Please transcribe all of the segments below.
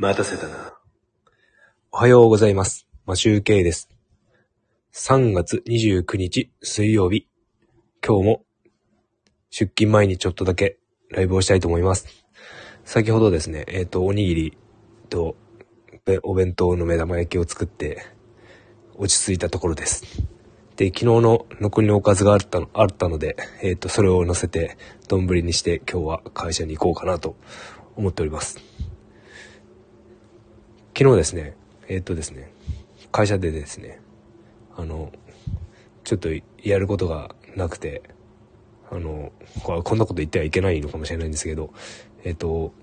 待たせたな。おはようございます。マシュウケイです。3月29日水曜日。今日も出勤前にちょっとだけライブをしたいと思います。先ほどですね、おにぎりとお弁当の目玉焼きを作って落ち着いたところです。で、昨日の残りのおかずがあったので、それを乗せて丼にして今日は会社に行こうかなと思っております。昨日ですね、会社でですね、ちょっとやることがなくて、こんなこと言ってはいけないのかもしれないんですけど、ちょ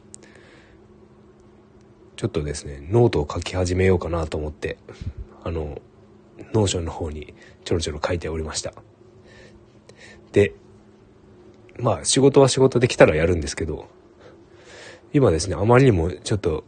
っとですね、ノートを書き始めようかなと思って、ノーションの方にちょろちょろ書いておりました。で、まあ仕事は仕事できたらやるんですけど、今ですね、あまりにもちょっと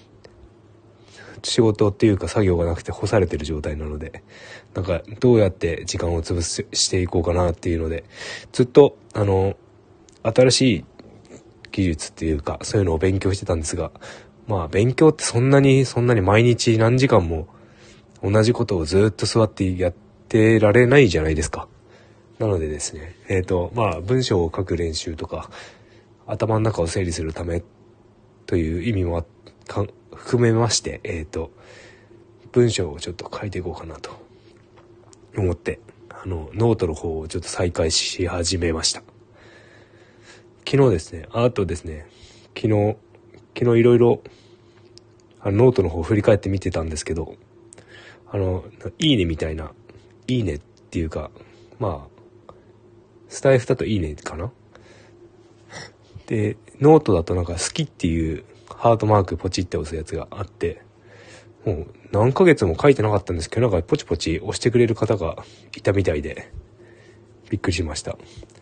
仕事っていうか作業がなくて干されてる状態なので、なんかどうやって時間を潰していこうかなっていうので、ずっと新しい技術っていうかそういうのを勉強してたんですが、まあ勉強ってそんなに毎日何時間も同じことをずっと座ってやってられないじゃないですか。なのでですね、まあ文章を書く練習とか頭の中を整理するためという意味も含めまして、文章をちょっと書いていこうかなと思って、ノートの方をちょっと再開し始めました。昨日ですね、あとですね、昨日いろいろノートの方を振り返って見てたんですけど、いいねみたいな、いいねっていうか、まあ、スタイフだといいねかな。で、ノートだとなんか好きっていうハートマークポチって押すやつがあって、もう何ヶ月も書いてなかったんですけど、なんかポチポチ押してくれる方がいたみたいで、びっくりしました。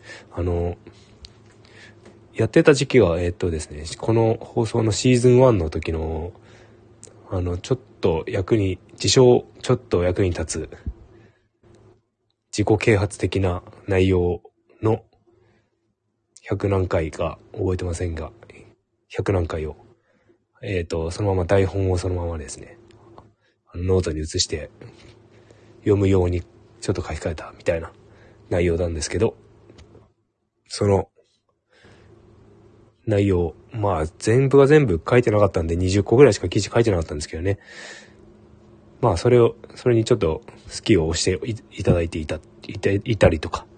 やってた時期は、ですね、この放送のシーズン1の時の、ちょっと自称ちょっと役に立つ自己啓発的な内容の100何回か覚えてませんが、100何回を、そのまま台本をそのままですね、ノートに移して読むようにちょっと書き換えたみたいな内容なんですけど、その内容、まあ全部が全部書いてなかったんで20個ぐらいしか記事書いてなかったんですけどね。まあそれにちょっと好きを押していただいていたりとか。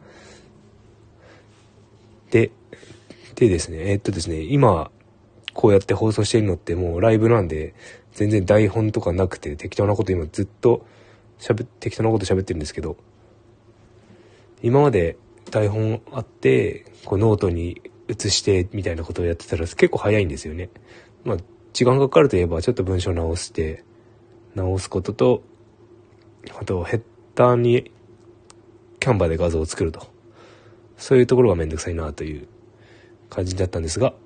でですね、今こうやって放送しているのってもうライブなんで全然台本とかなくて適当なこと今ずっと適当なこと喋ってるんですけど、今まで台本あってこうノートに移してみたいなことをやってたら結構早いんですよね。まあ時間がかかるといえばちょっと文章を直すことと、あとヘッダーにキャンバーで画像を作ると、そういうところがめんどくさいなという感じだったんですが、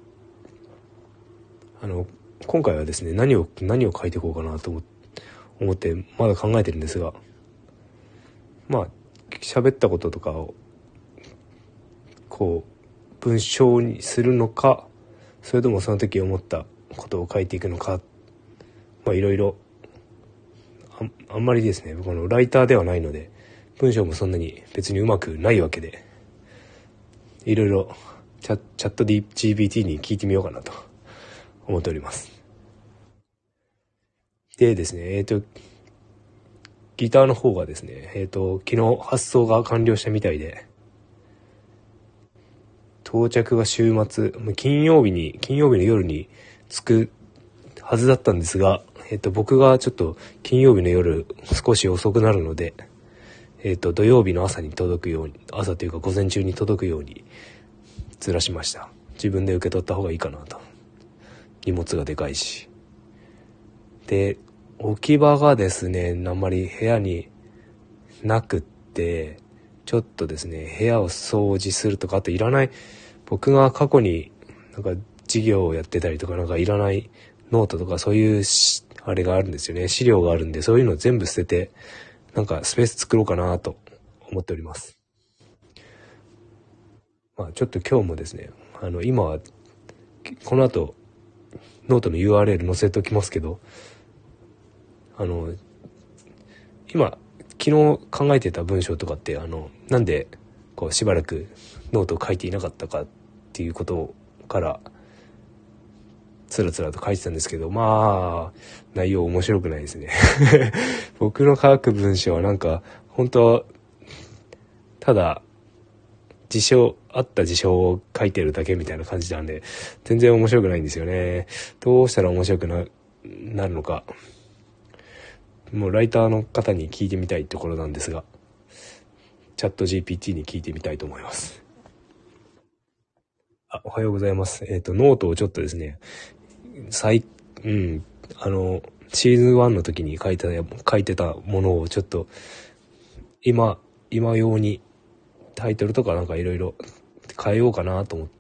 今回はですね、何を書いていこうかなと思ってまだ考えてるんですが、まあ喋ったこととかをこう文章にするのか、それともその時思ったことを書いていくのか、まあいろいろあんまりですね、僕ライターではないので文章もそんなに別にうまくないわけで、いろいろチャット GPT に聞いてみようかなと思っております。でですね、ギターの方がですね、昨日発送が完了したみたいで、到着が週末、金曜日の夜に着くはずだったんですが、僕がちょっと金曜日の夜少し遅くなるので、土曜日の朝に届くように、朝というか午前中に届くようにずらしました。自分で受け取った方がいいかなと。荷物がでかいし。で、置き場がですね、あんまり部屋になくって、ちょっとですね、部屋を掃除するとか、あといらない、僕が過去になんか授業をやってたりとか、なんかいらないノートとかそういうあれがあるんですよね。資料があるんで、そういうのを全部捨てて、なんかスペース作ろうかなと思っております。まあちょっと今日もですね、今はこの後ノートの URL 載せておきますけど、今昨日考えてた文章とかって、なんでこうしばらくノートを書いていなかったかっていうことからつらつらと書いてたんですけど、まあ内容面白くないですね僕の書く文章はなんか本当ただあった事象を書いてるだけみたいな感じなんで、全然面白くないんですよね。どうしたら面白くなるのか、もうライターの方に聞いてみたいところなんですが、チャット GPT に聞いてみたいと思います。おはようございます。ノートをちょっとですね、シーズン1の時に書いてたものをちょっと今用にタイトルとかなんかいろいろ変えようかなと思って、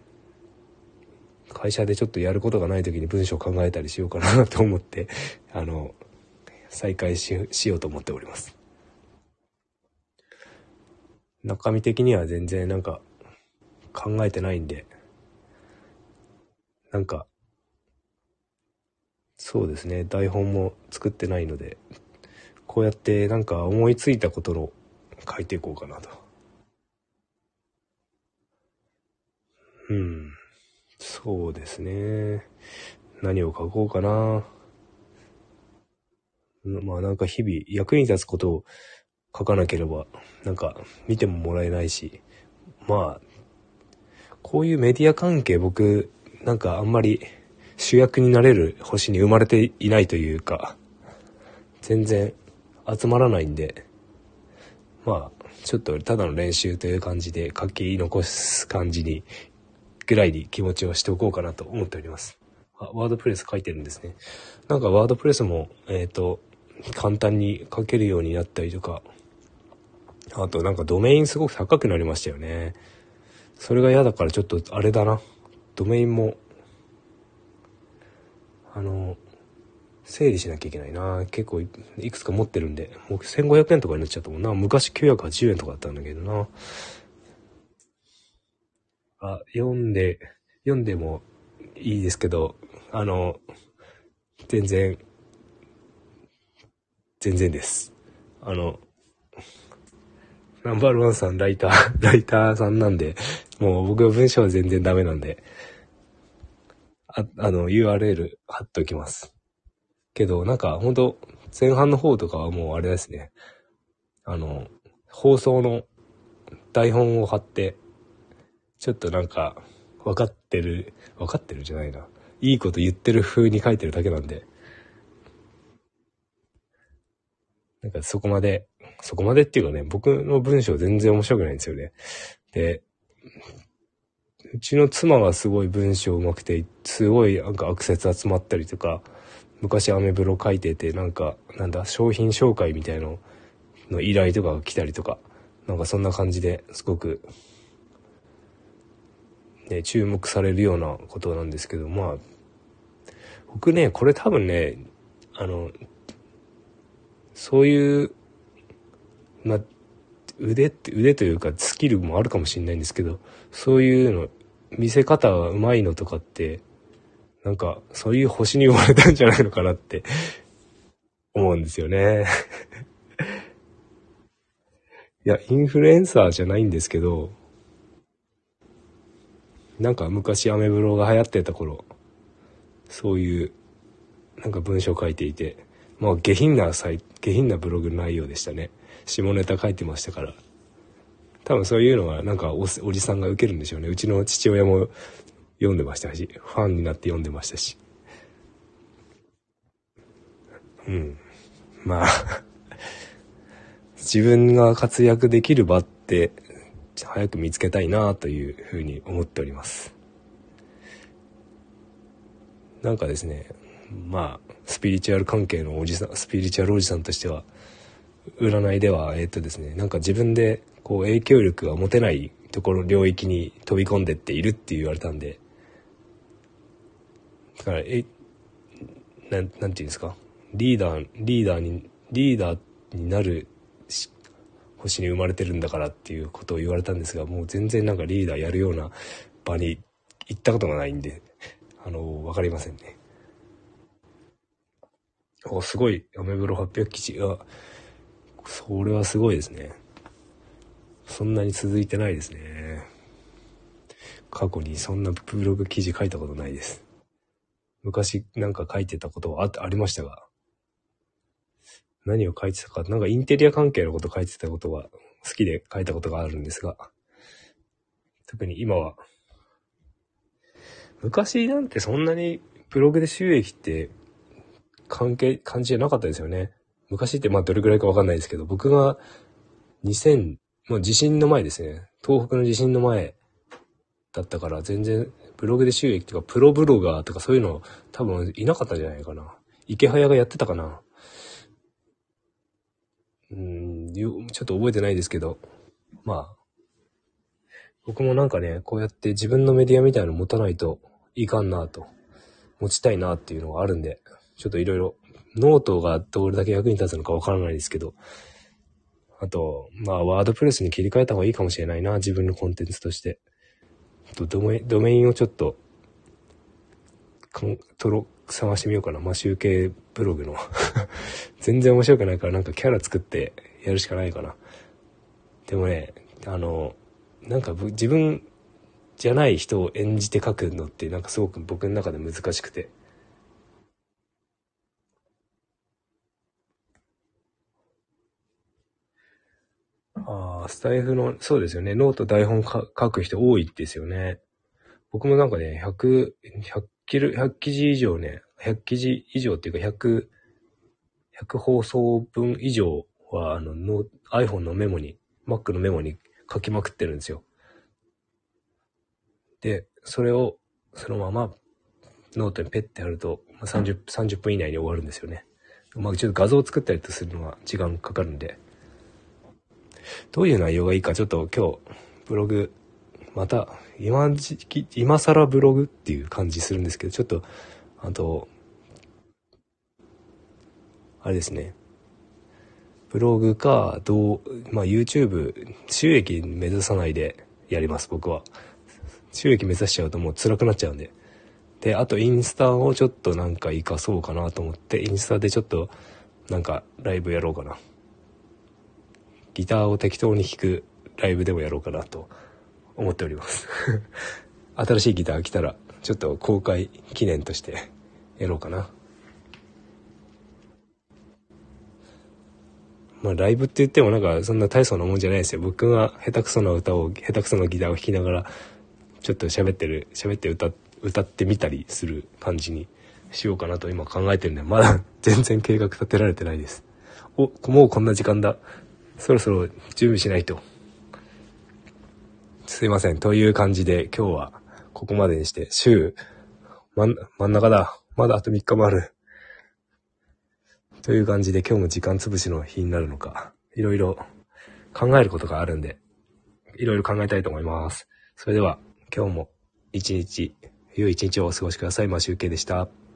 会社でちょっとやることがない時に文章考えたりしようかなと思って再開しようと思っております。中身的には全然なんか考えてないんで、なんかそうですね、台本も作ってないので、こうやってなんか思いついたことを書いていこうかなと。そうですね。何を書こうかな。まあなんか日々役に立つことを書かなければなんか見てももらえないし、まあこういうメディア関係、僕なんかあんまり主役になれる星に生まれていないというか、全然集まらないんで、まあちょっとただの練習という感じで書き残す感じにぐらいに気持ちをしておこうかなと思っております。ワードプレス書いてるんですね。なんかワードプレスも簡単に書けるようになったりとか、あとなんかドメインすごく高くなりましたよね。それが嫌だからちょっとあれだな、ドメインも整理しなきゃいけないな。結構いくつか持ってるんで、もう1500円とかになっちゃったもんな。昔980円とかだったんだけどな。読んでもいいですけど、全然です。ナンバーワンさんライターさんなんで、もう僕は文章は全然ダメなんで、URL 貼っておきます。けど、なんか、ほんと、前半の方とかはもうあれですね。放送の台本を貼って、ちょっとなんか、分かってるじゃないな。いいこと言ってる風に書いてるだけなんで、なんかそこまでっていうかね、僕の文章全然面白くないんですよね。で、うちの妻はすごい文章上手くて、すごいなんかアクセス集まったりとか、昔アメブロ書いてて、なんか、商品紹介みたいの依頼とかが来たりとか、なんかそんな感じですごく、ね、注目されるようなことなんですけど、まあ、僕ね、これ多分ね、そういう、まあ、腕というかスキルもあるかもしれないんですけど、そういうの、見せ方が上手いのとかって、なんか、そういう星に生まれたんじゃないのかなって思うんですよね。いや、インフルエンサーじゃないんですけど、なんか昔アメブロが流行ってた頃、そういうなんか文章書いていて、まあ下品なブログ内容でしたね。下ネタ書いてましたから。多分そういうのはなんかおじさんが受けるんでしょうね。うちの父親も読んでましたし、ファンになって読んでましたし。まあ自分が活躍できる場って早く見つけたいなというふうに思っております。なんかですね、まあスピリチュアル関係のスピリチュアルおじさんとしては、占いではですね、なんか自分でこう影響力が持てないところ領域に飛び込んでっているって言われたんで、だからなんていうんですか、リーダーになる星に生まれてるんだからっていうことを言われたんですが、もう全然なんかリーダーやるような場に行ったことがないんで、 わかりませんね。すごい、アメブロ800記事。それはすごいですね。そんなに続いてないですね。過去にそんなブログ記事書いたことないです。昔なんか書いてたことはありましたが、何を書いてたか、なんかインテリア関係のこと書いてたことが好きで書いたことがあるんですが、特に今は、昔なんてそんなにブログで収益って感じじゃなかったですよね。昔ってどれくらいかわかんないですけど、僕がもう地震の前ですね。東北の地震の前だったから全然ブログで収益とかプロブロガーとかそういうの多分いなかったんじゃないかな。池早がやってたかな。ちょっと覚えてないですけど、僕もなんかね、こうやって自分のメディアみたいなの持たないといかんなと、持ちたいなっていうのがあるんで、ちょっといろいろ、ノートがどれだけ役に立つのかわからないですけど、あと、ワードプレスに切り替えた方がいいかもしれないな、自分のコンテンツとして。ドメインをちょっと、探してみようかな。集計ブログの。全然面白くないからなんかキャラ作ってやるしかないかな。でもね、なんか自分じゃない人を演じて書くのってなんかすごく僕の中で難しくて。スタイフの、そうですよね。ノート台本書く人多いですよね。僕もなんかね、100記事以上ね、100記事以上っていうか100放送分以上はiPhone のメモに、Mac のメモに書きまくってるんですよ。で、それをそのままノートにペッて貼ると、30分以内に終わるんですよね。ちょっと画像を作ったりとするのが時間かかるんで。どういう内容がいいかちょっと今日、ブログ、また、今更ブログっていう感じするんですけど、ちょっと、あれですね。ブログか、YouTube、収益目指さないでやります、僕は。収益目指しちゃうともう辛くなっちゃうんで。で、あとインスタをちょっとなんか活かそうかなと思って、インスタでちょっとなんかライブやろうかな。ギターを適当に弾くライブでもやろうかなと思っております。新しいギター来たら、ちょっと公開記念としてやろうかな。ライブって言ってもなんかそんな大層なもんじゃないですよ。僕が下手くそなギターを弾きながら、ちょっと喋って歌ってみたりする感じにしようかなと今考えてるんで、まだ全然計画立てられてないです。もうこんな時間だ。そろそろ準備しないと。すいません。という感じで今日はここまでにして週真ん中だ。まだあと3日もある。という感じで今日も時間つぶしの日になるのか、いろいろ考えることがあるんで、いろいろ考えたいと思います。それでは今日も良い一日をお過ごしください。集計でした。